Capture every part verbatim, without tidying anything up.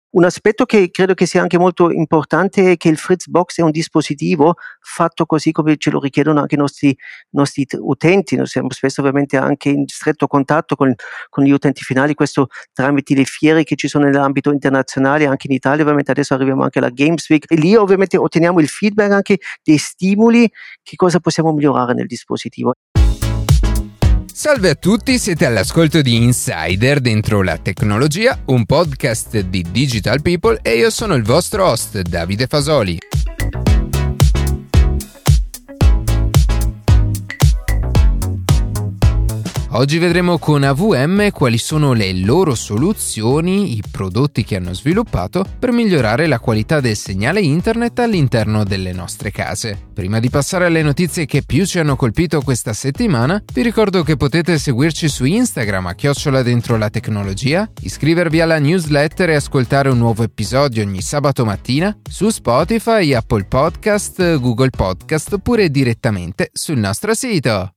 Un aspetto che credo che sia anche molto importante è che il Fritzbox è un dispositivo fatto così come ce lo richiedono anche i nostri, nostri utenti. Noi siamo spesso ovviamente anche in stretto contatto con, con gli utenti finali, questo tramite le fiere che ci sono nell'ambito internazionale, anche in Italia ovviamente adesso arriviamo anche alla Games Week e lì ovviamente otteniamo il feedback anche dei stimoli, che cosa possiamo migliorare nel dispositivo. Salve a tutti, siete all'ascolto di Insider dentro la tecnologia, un podcast di Digital People e io sono il vostro host Davide Fasoli. Oggi vedremo con A V M quali sono le loro soluzioni, i prodotti che hanno sviluppato per migliorare la qualità del segnale internet all'interno delle nostre case. Prima di passare alle notizie che più ci hanno colpito questa settimana, vi ricordo che potete seguirci su Instagram a chiocciola dentro la tecnologia, iscrivervi alla newsletter e ascoltare un nuovo episodio ogni sabato mattina su Spotify, Apple Podcast, Google Podcast oppure direttamente sul nostro sito.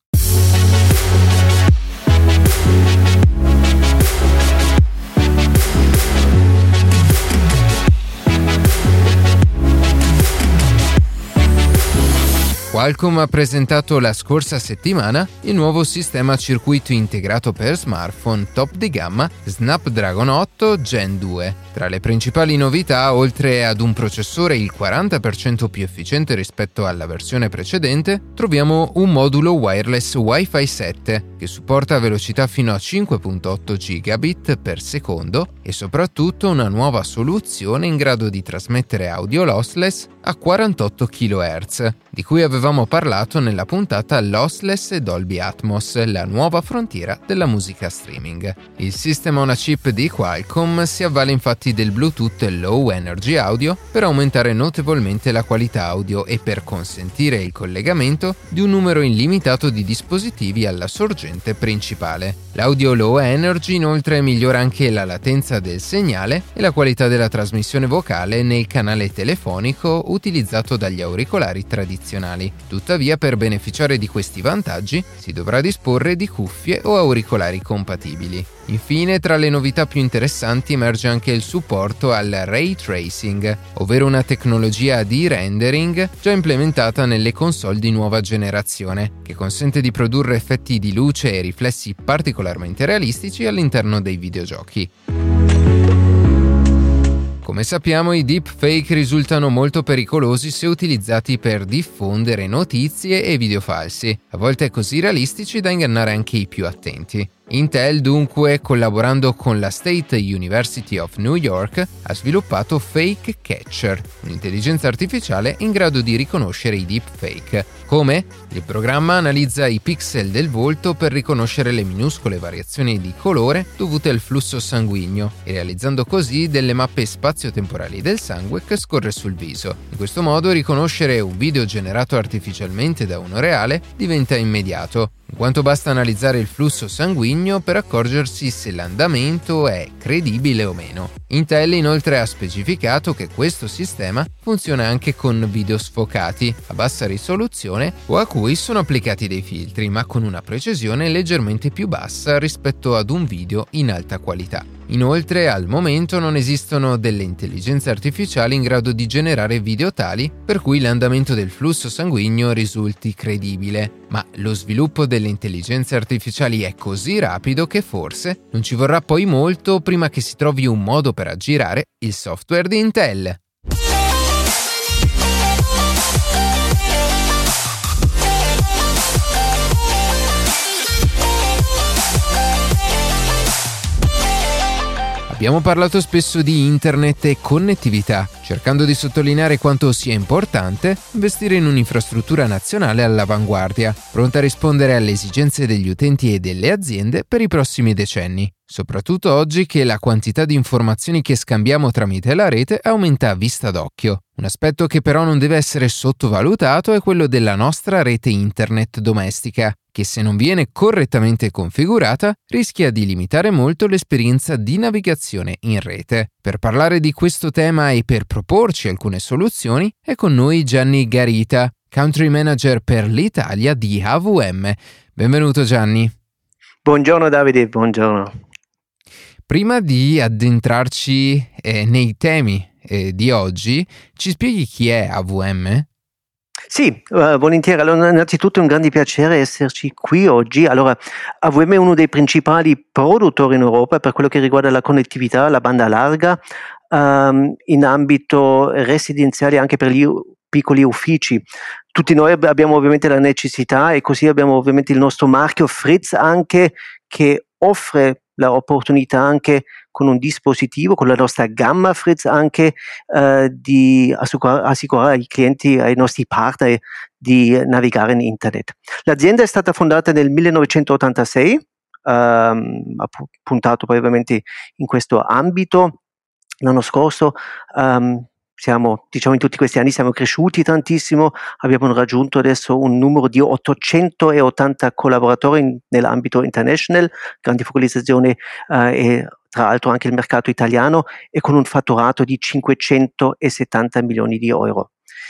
Qualcomm ha presentato la scorsa settimana il nuovo sistema a circuito integrato per smartphone top di gamma Snapdragon otto Gen due. Tra le principali novità, oltre ad un processore il quaranta per cento più efficiente rispetto alla versione precedente, troviamo un modulo wireless Wi-Fi sette che supporta velocità fino a cinque virgola otto gigabit per secondo e soprattutto una nuova soluzione in grado di trasmettere audio lossless a quarantotto chilohertz, di cui avevamo parlato nella puntata Lossless e Dolby Atmos, la nuova frontiera della musica streaming. Il System on a Chip di Qualcomm si avvale infatti del Bluetooth Low Energy Audio per aumentare notevolmente la qualità audio e per consentire il collegamento di un numero illimitato di dispositivi alla sorgente principale. L'audio Low Energy inoltre migliora anche la latenza del segnale e la qualità della trasmissione vocale nel canale telefonico utilizzato dagli auricolari tradizionali. Tuttavia, per beneficiare di questi vantaggi, si dovrà disporre di cuffie o auricolari compatibili. Infine, tra le novità più interessanti emerge anche il supporto al ray tracing, ovvero una tecnologia di rendering già implementata nelle console di nuova generazione, che consente di produrre effetti di luce e riflessi particolarmente realistici all'interno dei videogiochi. Come sappiamo, i deepfake risultano molto pericolosi se utilizzati per diffondere notizie e video falsi, a volte così realistici da ingannare anche i più attenti. Intel, dunque, collaborando con la State University of New York, ha sviluppato Fake Catcher, un'intelligenza artificiale in grado di riconoscere i deepfake. Come? Il programma analizza i pixel del volto per riconoscere le minuscole variazioni di colore dovute al flusso sanguigno e realizzando così delle mappe spazio-temporali del sangue che scorre sul viso. In questo modo riconoscere un video generato artificialmente da uno reale diventa immediato, in quanto basta analizzare il flusso sanguigno per accorgersi se l'andamento è credibile o meno. Intel inoltre ha specificato che questo sistema funziona anche con video sfocati, a bassa risoluzione o a cui sono applicati dei filtri, ma con una precisione leggermente più bassa rispetto ad un video in alta qualità. Inoltre, al momento non esistono delle intelligenze artificiali in grado di generare video tali per cui l'andamento del flusso sanguigno risulti credibile, ma lo sviluppo delle intelligenze artificiali è così rapido che forse non ci vorrà poi molto prima che si trovi un modo per aggirare il software di Intel. Abbiamo parlato spesso di internet e connettività, cercando di sottolineare quanto sia importante investire in un'infrastruttura nazionale all'avanguardia, pronta a rispondere alle esigenze degli utenti e delle aziende per i prossimi decenni. Soprattutto oggi che la quantità di informazioni che scambiamo tramite la rete aumenta a vista d'occhio. Un aspetto che però non deve essere sottovalutato è quello della nostra rete internet domestica, che se non viene correttamente configurata rischia di limitare molto l'esperienza di navigazione in rete. Per parlare di questo tema e per proporci alcune soluzioni è con noi Gianni Garita, Country Manager per l'Italia di A V M. Benvenuto Gianni. Buongiorno Davide, buongiorno. Prima di addentrarci eh, nei temi eh, di oggi, ci spieghi chi è A V M? Sì, uh, volentieri. Allora, innanzitutto è un grande piacere esserci qui oggi. Allora, A V M è uno dei principali produttori in Europa per quello che riguarda la connettività, la banda larga, um, in ambito residenziale anche per gli piccoli uffici. Tutti noi abbiamo ovviamente la necessità e così abbiamo ovviamente il nostro marchio Fritz anche che offre l'opportunità anche con un dispositivo, con la nostra gamma Fritz anche eh, di assicurare, assicurare ai clienti, ai nostri partner di navigare in internet. L'azienda è stata fondata nel millenovecentottantasei, ehm, ha puntato poi ovviamente in questo ambito. L'anno scorso ehm, siamo, diciamo in tutti questi anni siamo cresciuti tantissimo, abbiamo raggiunto adesso un numero di ottocentottanta collaboratori in, nell'ambito international, grande focalizzazione eh, e tra l'altro anche il mercato italiano e con un fatturato di cinquecentosettanta milioni di euro.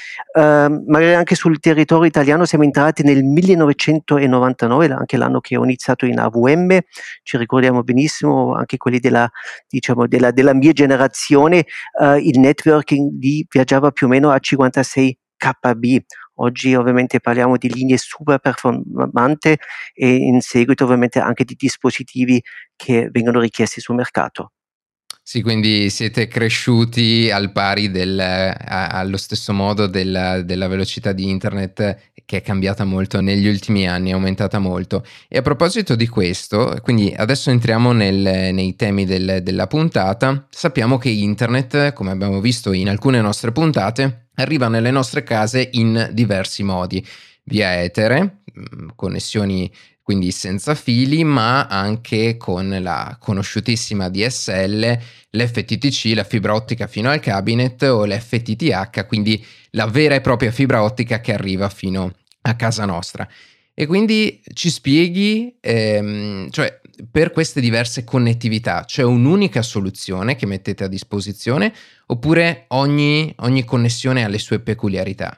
Uh, magari anche sul territorio italiano siamo entrati nel millenovecentonovantanove, anche l'anno che ho iniziato in A V M, ci ricordiamo benissimo anche quelli della, diciamo, della, della mia generazione, uh, il networking lì viaggiava più o meno a cinquantasei K B. Oggi ovviamente parliamo di linee super performante e in seguito ovviamente anche di dispositivi che vengono richiesti sul mercato. Sì, quindi siete cresciuti al pari del, a, allo stesso modo della, della velocità di internet che è cambiata molto negli ultimi anni, è aumentata molto. E a proposito di questo, quindi adesso entriamo nel, nei temi del, della puntata. Sappiamo che internet, come abbiamo visto in alcune nostre puntate, arriva nelle nostre case in diversi modi, via etere, connessioni quindi senza fili, ma anche con la conosciutissima D S L, l'F T T C, la fibra ottica fino al cabinet, o l'F T T H, quindi la vera e propria fibra ottica che arriva fino a casa nostra. E quindi ci spieghi, ehm, cioè per queste diverse connettività c'è un'unica soluzione che mettete a disposizione oppure ogni, ogni connessione ha le sue peculiarità?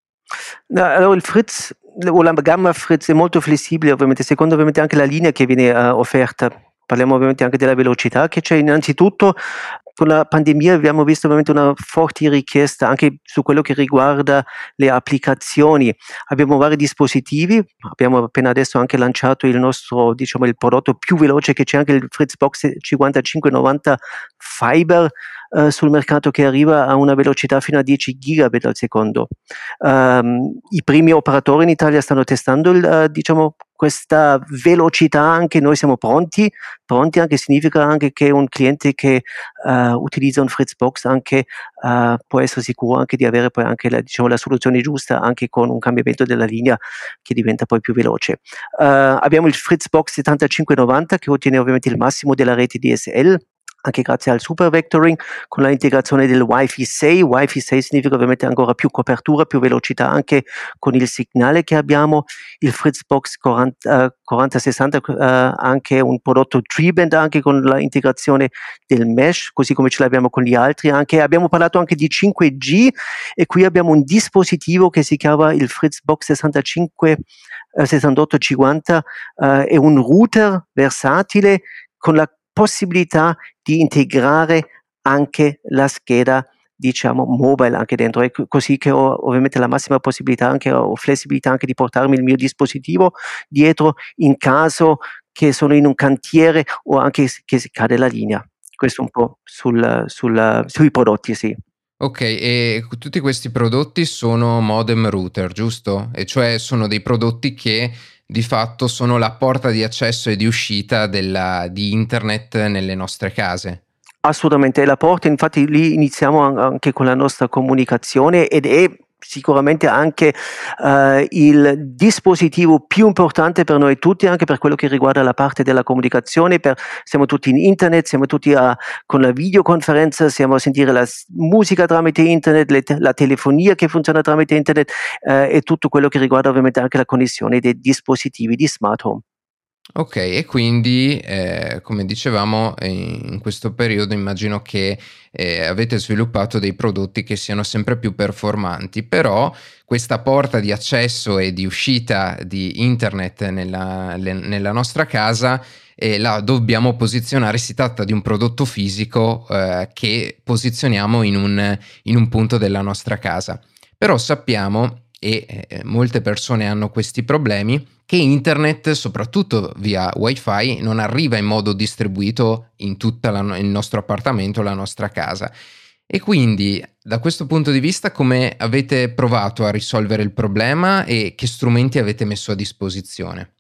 No, allora il Fritz o la gamma Fritz è molto flessibile, ovviamente, secondo ovviamente anche la linea che viene uh, offerta. Parliamo ovviamente anche della velocità che c'è. Innanzitutto, con la pandemia abbiamo visto ovviamente una forte richiesta anche su quello che riguarda le applicazioni. Abbiamo vari dispositivi, abbiamo appena adesso anche lanciato il nostro, diciamo, il prodotto più veloce che c'è, anche il Fritzbox cinquantacinque novanta Fiber, Uh, sul mercato, che arriva a una velocità fino a dieci gigabit al secondo. Um, I primi operatori in Italia stanno testando il, uh, diciamo, questa velocità, anche noi siamo pronti, pronti anche significa anche che un cliente che uh, utilizza un Fritzbox anche uh, può essere sicuro anche di avere poi anche la, diciamo, la soluzione giusta anche con un cambiamento della linea che diventa poi più veloce. Uh, abbiamo il Fritzbox settantacinque novanta che ottiene ovviamente il massimo della rete D S L, anche grazie al super vectoring, con la integrazione del Wi-Fi sei. Wi-Fi sei significa ovviamente ancora più copertura, più velocità anche con il segnale che abbiamo. Il Fritzbox quaranta sessanta, uh, anche un prodotto tri-band, anche con l'integrazione del mesh, così come ce l'abbiamo con gli altri. Anche, abbiamo parlato anche di cinque G e qui abbiamo un dispositivo che si chiama il Fritzbox sessantacinque sessantotto cinquanta, uh, è un router versatile con la possibilità di integrare anche la scheda, diciamo, mobile anche dentro, e così che ho ovviamente la massima possibilità anche, ho flessibilità anche di portarmi il mio dispositivo dietro in caso che sono in un cantiere o anche che si cade la linea. Questo un po' sul, sul, sui prodotti, sì. Ok, e tutti questi prodotti sono modem router, giusto? E cioè sono dei prodotti che di fatto sono la porta di accesso e di uscita della, di internet nelle nostre case. Assolutamente, è la porta, infatti lì iniziamo anche con la nostra comunicazione ed è sicuramente anche uh, il dispositivo più importante per noi tutti, anche per quello che riguarda la parte della comunicazione. Per, siamo tutti in internet, siamo tutti a, con la videoconferenza, siamo a sentire la musica tramite internet, le, la telefonia che funziona tramite internet uh, e tutto quello che riguarda ovviamente anche la connessione dei dispositivi di smart home. Ok, e quindi eh, come dicevamo in questo periodo immagino che eh, avete sviluppato dei prodotti che siano sempre più performanti, però questa porta di accesso e di uscita di internet nella, le- nella nostra casa eh, la dobbiamo posizionare. Si tratta di un prodotto fisico eh, che posizioniamo in un, in un punto della nostra casa. Però sappiamo, e eh, molte persone hanno questi problemi, che internet, soprattutto via wifi, non arriva in modo distribuito in tutto il nostro appartamento, la nostra casa. E quindi, da questo punto di vista, come avete provato a risolvere il problema e che strumenti avete messo a disposizione?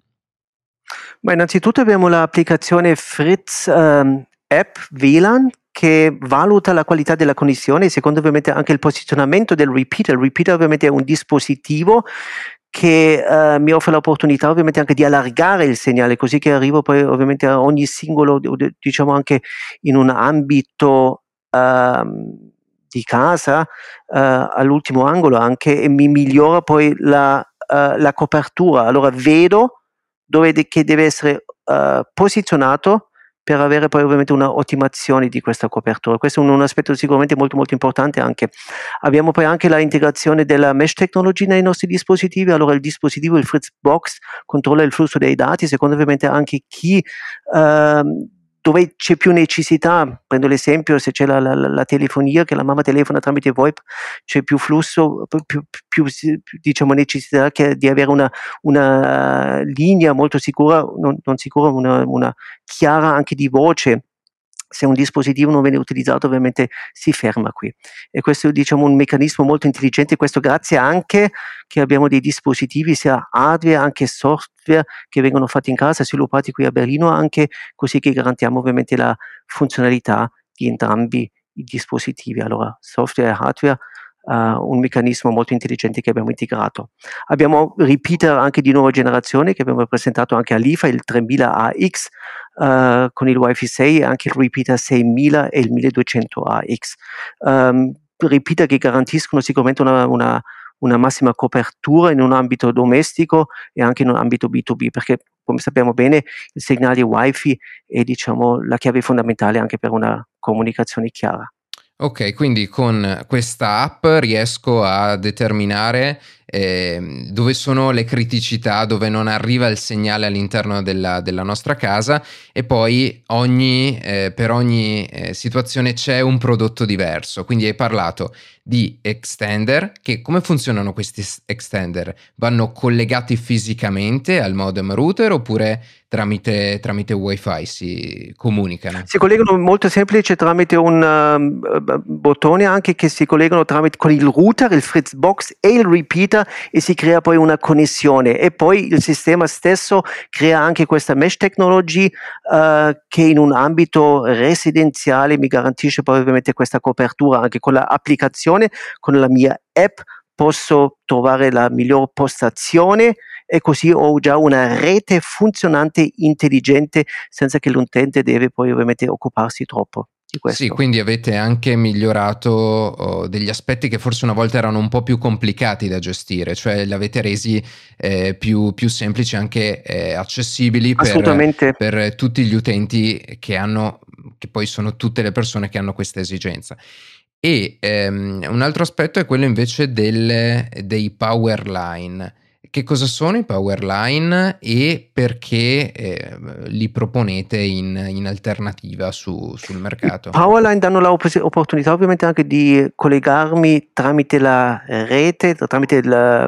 Ma innanzitutto abbiamo l'applicazione Fritz ehm, App V L A N che valuta la qualità della connessione, secondo ovviamente anche il posizionamento del repeater. Il repeater ovviamente è un dispositivo che eh, mi offre l'opportunità ovviamente anche di allargare il segnale, così che arrivo poi ovviamente a ogni singolo, diciamo anche in un ambito ehm, di casa, eh, all'ultimo angolo anche, e mi migliora poi la, eh, la copertura. Allora vedo dove de- che deve essere eh, posizionato per avere poi ovviamente una ottimazione di questa copertura. Questo è un, un aspetto sicuramente molto molto importante anche. Abbiamo poi anche la integrazione della mesh technology nei nostri dispositivi. Allora il dispositivo, il Fritzbox, controlla il flusso dei dati, secondo ovviamente anche chi ehm, dove c'è più necessità. Prendo l'esempio, se c'è la, la, la telefonia, che la mamma telefona tramite VoIP, c'è più flusso, più, più, più diciamo necessità che di avere una, una linea molto sicura, non, non sicura, una, una chiara anche di voce. Se un dispositivo non viene utilizzato ovviamente si ferma qui, e questo è diciamo un meccanismo molto intelligente, questo grazie anche che abbiamo dei dispositivi sia hardware anche software che vengono fatti in casa, sviluppati qui a Berlino anche, così che garantiamo ovviamente la funzionalità di entrambi i dispositivi. Allora software e hardware, uh, un meccanismo molto intelligente che abbiamo integrato. Abbiamo repeater anche di nuova generazione che abbiamo presentato anche all'I F A, il tremila A X uh, con il Wi-Fi sei, anche il repeater seimila e il milleduecento A X. Um, repeater che garantiscono sicuramente una, una, una massima copertura in un ambito domestico e anche in un ambito B due B, perché come sappiamo bene il segnale Wi-Fi è diciamo la chiave fondamentale anche per una comunicazione chiara. Ok, quindi con questa app riesco a determinare eh, dove sono le criticità, dove non arriva il segnale all'interno della, della nostra casa, e poi ogni, eh, per ogni eh, situazione c'è un prodotto diverso. Quindi hai parlato di extender, che come funzionano questi extender? Vanno collegati fisicamente al modem router oppure tramite, tramite wifi si comunicano? Si collegano molto semplice tramite un uh, bottone anche che si collegano tramite, con il router, il Fritzbox e il repeater, e si crea poi una connessione, e poi il sistema stesso crea anche questa mesh technology uh, che in un ambito residenziale mi garantisce poi ovviamente questa copertura. Anche con l'applicazione, con la mia app posso trovare la miglior postazione, e così ho già una rete funzionante intelligente senza che l'utente deve poi ovviamente occuparsi troppo di Sì, questo. quindi avete anche migliorato oh, degli aspetti che forse una volta erano un po' più complicati da gestire, cioè li avete resi eh, più, più semplici, anche eh, accessibili per, Assolutamente. per tutti gli utenti che hanno, che poi sono tutte le persone che hanno questa esigenza. E ehm, un altro aspetto è quello invece del, dei power line. Che cosa sono i power line e perché eh, li proponete in, in alternativa su, sul I mercato? Powerline danno l'opportunità ovviamente anche di collegarmi tramite la rete, tramite il,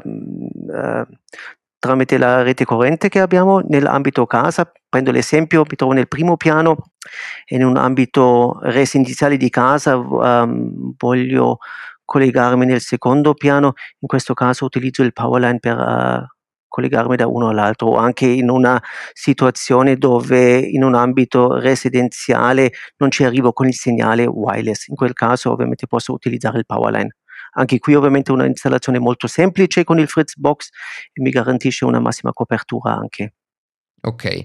uh, tramite la rete corrente che abbiamo nell'ambito casa. Prendo l'esempio, mi trovo nel primo piano e in un ambito residenziale di casa um, voglio collegarmi nel secondo piano. In questo caso utilizzo il Powerline per uh, collegarmi da uno all'altro, o anche in una situazione dove in un ambito residenziale non ci arrivo con il segnale wireless. In quel caso ovviamente posso utilizzare il Powerline. Anche qui ovviamente una installazione molto semplice con il Fritzbox e mi garantisce una massima copertura anche. Ok,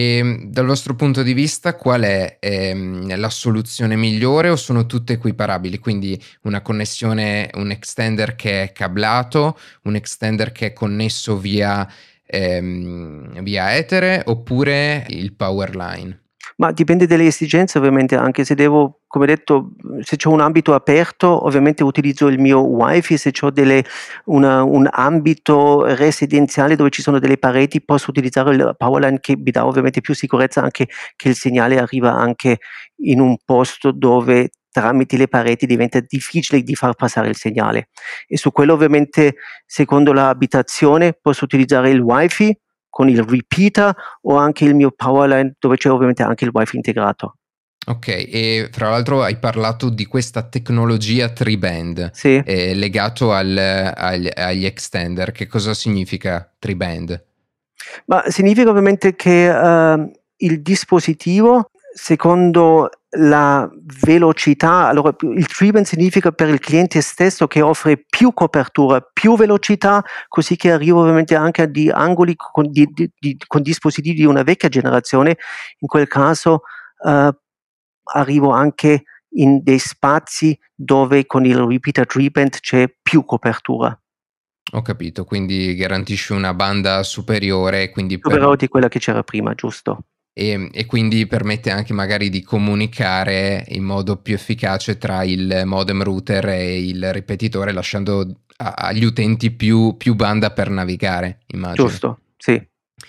e dal vostro punto di vista qual è ehm, la soluzione migliore, o sono tutte equiparabili? Quindi una connessione, un extender che è cablato, un extender che è connesso via ehm, via Etere oppure il Powerline? Ma dipende dalle esigenze ovviamente, anche se devo, come detto, se c'ho un ambito aperto ovviamente utilizzo il mio wifi, se c'ho delle una un ambito residenziale dove ci sono delle pareti posso utilizzare il Powerline che mi dà ovviamente più sicurezza anche che il segnale arriva anche in un posto dove tramite le pareti diventa difficile di far passare il segnale. E su quello ovviamente secondo l'abitazione posso utilizzare il wifi con il repeater o anche il mio Powerline dove c'è ovviamente anche il wifi integrato. Ok, e fra l'altro hai parlato di questa tecnologia tri-band Sì. eh, legato al, agli, agli extender. Che cosa significa tri-band? Ma significa ovviamente che uh, il dispositivo, secondo la velocità, allora il tri-band significa per il cliente stesso che offre più copertura, più velocità, così che arriva ovviamente anche a di angoli con, di, di, di, con dispositivi di una vecchia generazione. In quel caso uh, arrivo anche in dei spazi dove con il repeater tri-band c'è più copertura. Ho capito, quindi garantisce una banda superiore, quindi per... superiore di quella che c'era prima, giusto? E, e quindi permette anche magari di comunicare in modo più efficace tra il modem router e il ripetitore, lasciando a, agli utenti più, più banda per navigare, immagino. Giusto, sì.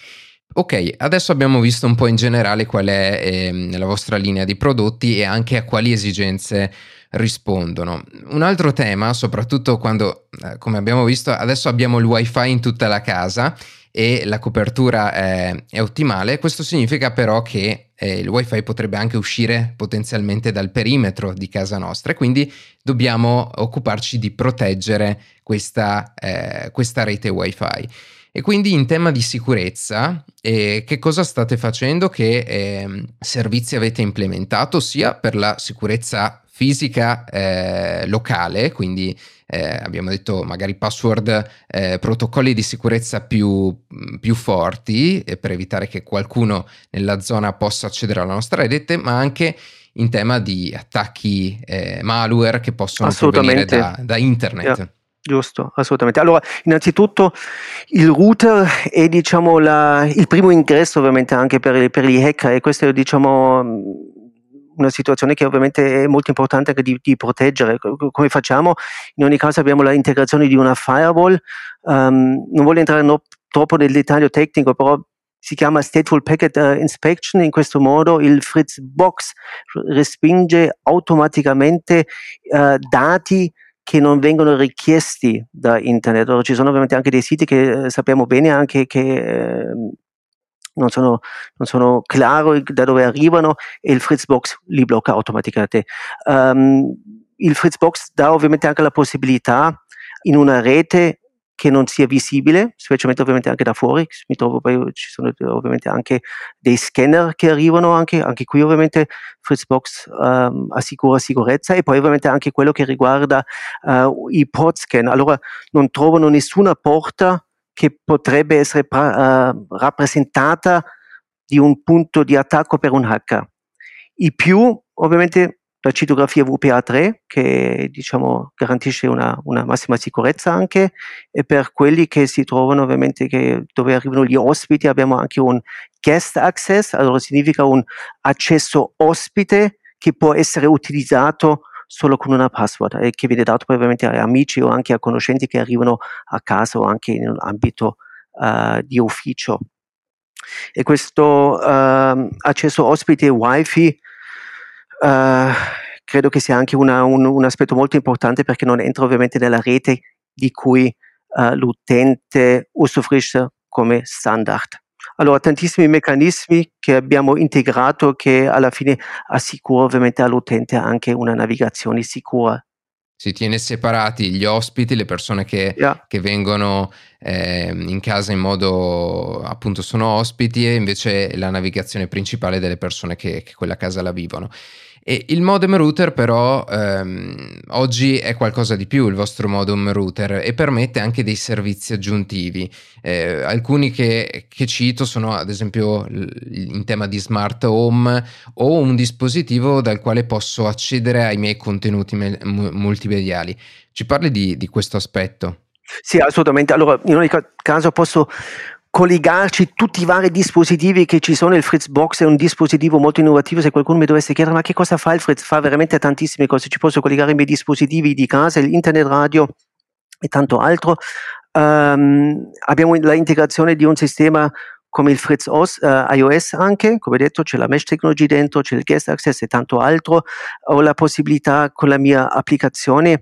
Ok, adesso abbiamo visto un po' in generale qual è ehm, la vostra linea di prodotti e anche a quali esigenze rispondono. Un altro tema, soprattutto quando, eh, come abbiamo visto, adesso abbiamo il wifi in tutta la casa e la copertura è, è ottimale. Questo significa però che eh, il wifi potrebbe anche uscire potenzialmente dal perimetro di casa nostra e quindi dobbiamo occuparci di proteggere questa, eh, questa rete wifi. E quindi in tema di sicurezza, eh, che cosa state facendo? Che eh, servizi avete implementato sia per la sicurezza fisica eh, locale, quindi eh, abbiamo detto magari password, eh, protocolli di sicurezza più, più forti eh, per evitare che qualcuno nella zona possa accedere alla nostra rete, ma anche in tema di attacchi eh, malware che possono provenire da, da internet. Yeah. Giusto, assolutamente. Allora, innanzitutto il router è diciamo la, il primo ingresso ovviamente anche per, per gli hacker e questa è diciamo una situazione che ovviamente è molto importante anche di, di proteggere. Come facciamo? In ogni caso abbiamo l'integrazione di una firewall, um, non voglio entrare no, troppo nel dettaglio tecnico, però si chiama Stateful Packet uh, Inspection. In questo modo il Fritzbox respinge automaticamente uh, dati che non vengono richiesti da internet. Allora, ci sono ovviamente anche dei siti che eh, sappiamo bene anche che eh, non sono, non sono chiari da dove arrivano e il Fritzbox li blocca automaticamente. Um, il Fritzbox dà ovviamente anche la possibilità in una rete che non sia visibile, specialmente ovviamente anche da fuori. Mi trovo poi, ci sono ovviamente anche dei scanner che arrivano anche, anche qui ovviamente Fritzbox um, assicura sicurezza e poi ovviamente anche quello che riguarda uh, i port scan. Allora non trovano nessuna porta che potrebbe essere pra- uh, rappresentata di un punto di attacco per un hacker. I più ovviamente la cittografia V P A tre che diciamo garantisce una, una massima sicurezza anche, e per quelli che si trovano ovviamente che dove arrivano gli ospiti abbiamo anche un guest access, allora significa un accesso ospite che può essere utilizzato solo con una password e che viene dato poi ovviamente a amici o anche a conoscenti che arrivano a casa o anche in un ambito uh, di ufficio. E questo uh, accesso ospite wifi Uh, credo che sia anche una, un, un aspetto molto importante perché non entra ovviamente nella rete di cui uh, l'utente usufruisce come standard. Allora, tantissimi meccanismi che abbiamo integrato che alla fine assicura ovviamente all'utente anche una navigazione sicura. Si tiene separati gli ospiti, le persone che, yeah. che vengono eh, in casa in modo appunto sono ospiti e invece la navigazione principale delle persone che, che quella casa la vivono. E il modem router però ehm, oggi è qualcosa di più, il vostro modem router, e permette anche dei servizi aggiuntivi. Eh, alcuni che, che cito sono ad esempio in tema di smart home o un dispositivo dal quale posso accedere ai miei contenuti me- multimediali. Ci parli di, di questo aspetto? Sì, assolutamente. Allora, in ogni caso posso collegarci tutti i vari dispositivi che ci sono. Il Fritzbox è un dispositivo molto innovativo. Se qualcuno mi dovesse chiedere ma che cosa fa il Fritz, fa veramente tantissime cose. Ci posso collegare i miei dispositivi di casa, l'internet radio e tanto altro. Um, abbiamo la integrazione di un sistema come il Fritz O S, uh, iOS anche, come detto c'è la Mesh Technology dentro, c'è il Guest Access e tanto altro. Ho la possibilità con la mia applicazione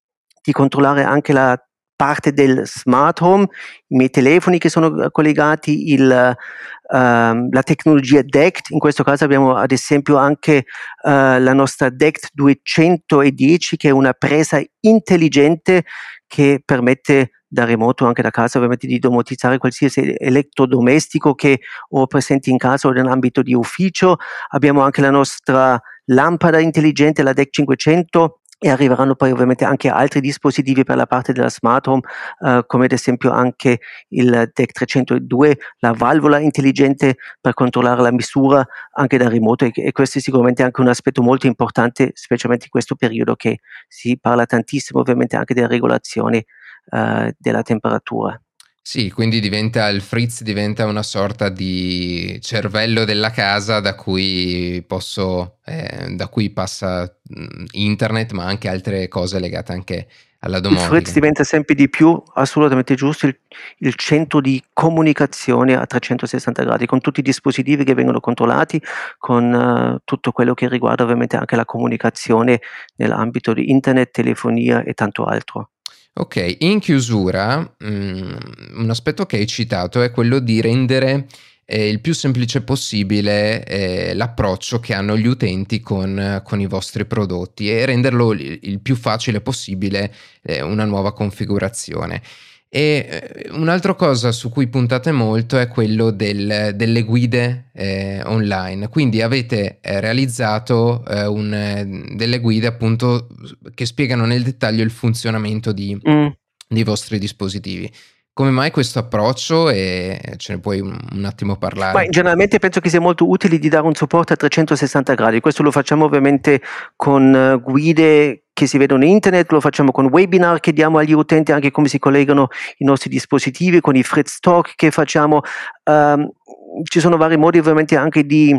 di controllare anche la parte del smart home, i miei telefoni che sono collegati, il, uh, la tecnologia D E C T. In questo caso abbiamo ad esempio anche uh, la nostra D E C T duecentodieci, che è una presa intelligente che permette da remoto, anche da casa ovviamente, di domotizzare qualsiasi elettrodomestico che ho presente in casa o nell'ambito di ufficio. Abbiamo anche la nostra lampada intelligente, la D E C cinquecento, e arriveranno poi ovviamente anche altri dispositivi per la parte della smart home, uh, come ad esempio anche il D E C trecentodue, la valvola intelligente per controllare la misura anche da remoto, e, e questo è sicuramente anche un aspetto molto importante, specialmente in questo periodo che si parla tantissimo ovviamente anche della regolazione uh, della temperatura. Sì, quindi diventa il Fritz diventa una sorta di cervello della casa da cui posso, eh, da cui passa mh, internet, ma anche altre cose legate anche alla domotica. Il Fritz diventa sempre di più, assolutamente giusto, il, il centro di comunicazione a trecentosessanta gradi, con tutti i dispositivi che vengono controllati, con uh, tutto quello che riguarda ovviamente anche la comunicazione nell'ambito di internet, telefonia e tanto altro. Ok, in chiusura, mh, un aspetto che hai citato è quello di rendere eh, il più semplice possibile eh, l'approccio che hanno gli utenti con, con i vostri prodotti e renderlo il, il più facile possibile eh, una nuova configurazione. E eh, un'altra cosa su cui puntate molto è quello del, delle guide eh, online, quindi avete eh, realizzato eh, un, eh, delle guide appunto che spiegano nel dettaglio il funzionamento di, mm. dei vostri dispositivi. Come mai questo approccio, e ce ne puoi un, un attimo parlare? Ma generalmente penso che sia molto utile di dare un supporto a trecentosessanta gradi. Questo lo facciamo ovviamente con uh, guide che si vedono in internet, lo facciamo con webinar che diamo agli utenti anche come si collegano i nostri dispositivi, con i Fritz Talk che facciamo. Um, ci sono vari modi ovviamente anche di,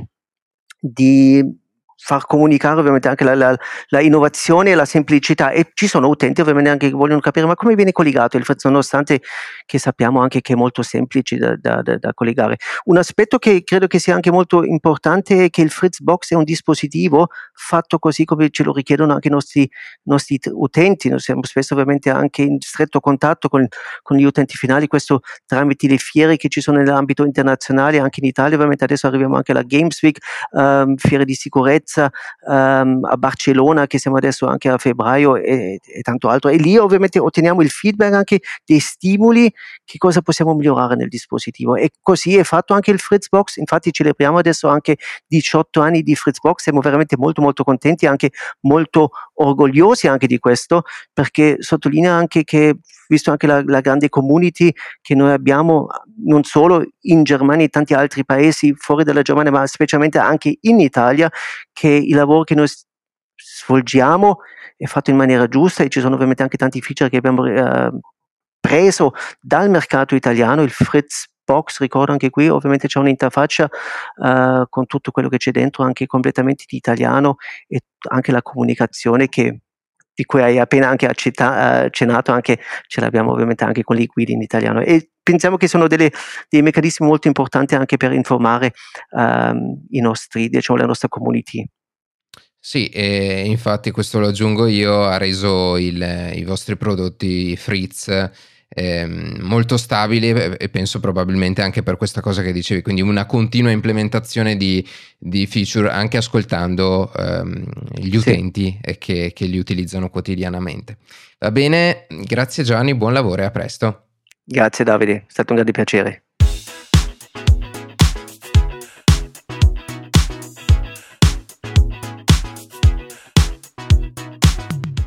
di far comunicare ovviamente anche la, la, la innovazione e la semplicità, e ci sono utenti ovviamente anche che vogliono capire ma come viene collegato il Fritz, nonostante che sappiamo anche che è molto semplice da, da, da, da collegare. Un aspetto che credo che sia anche molto importante è che il Fritzbox è un dispositivo fatto così come ce lo richiedono anche i nostri, nostri utenti. Noi siamo spesso ovviamente anche in stretto contatto con, con gli utenti finali, questo tramite le fiere che ci sono nell'ambito internazionale, anche in Italia ovviamente. Adesso arriviamo anche alla Games Week, um, fiere di sicurezza Um, a Barcellona, che siamo adesso anche a febbraio, e, e tanto altro, e lì ovviamente otteniamo il feedback anche dei stimoli, che cosa possiamo migliorare nel dispositivo, e così è fatto anche il Fritzbox. Infatti celebriamo adesso anche diciotto anni di Fritzbox, siamo veramente molto molto contenti, anche molto orgogliosi anche di questo, perché sottolinea anche che, visto anche la, la grande community che noi abbiamo non solo in Germania e tanti altri paesi fuori dalla Germania, ma specialmente anche in Italia, che il lavoro che noi svolgiamo è fatto in maniera giusta, e ci sono ovviamente anche tanti feature che abbiamo eh, preso dal mercato italiano. Il Fritzbox, ricordo anche qui, ovviamente c'è un'interfaccia eh, con tutto quello che c'è dentro, anche completamente di italiano, e anche la comunicazione che di cui hai appena anche accennato, anche ce l'abbiamo ovviamente anche con le guide in italiano, e pensiamo che sono delle, dei meccanismi molto importanti anche per informare um, i nostri, diciamo, la nostra community. Sì, e infatti questo lo aggiungo io, ha reso il, i vostri prodotti Fritz eh, molto stabili, e penso probabilmente anche per questa cosa che dicevi, quindi una continua implementazione di, di feature anche ascoltando ehm, gli utenti sì. che, che li utilizzano quotidianamente. Va bene, grazie Gianni, buon lavoro e a presto. Grazie Davide, è stato un grande piacere.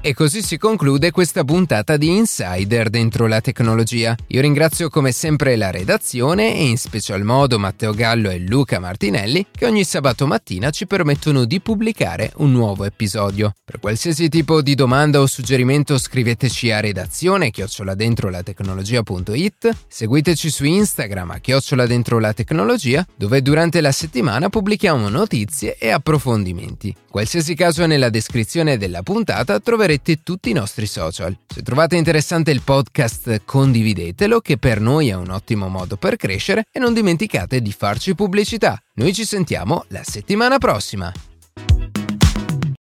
E così si conclude questa puntata di Insider dentro la tecnologia. Io ringrazio come sempre la redazione e in special modo Matteo Gallo e Luca Martinelli che ogni sabato mattina ci permettono di pubblicare un nuovo episodio. Per qualsiasi tipo di domanda o suggerimento scriveteci a redazione chiocciola dentro la tecnologia punto it, seguiteci su Instagram a chiocciola dentro la tecnologia, dove durante la settimana pubblichiamo notizie e approfondimenti. In qualsiasi caso nella descrizione della puntata troverete tutti i nostri social. Se trovate interessante il podcast, condividetelo, che per noi è un ottimo modo per crescere, e non dimenticate di farci pubblicità. Noi ci sentiamo la settimana prossima.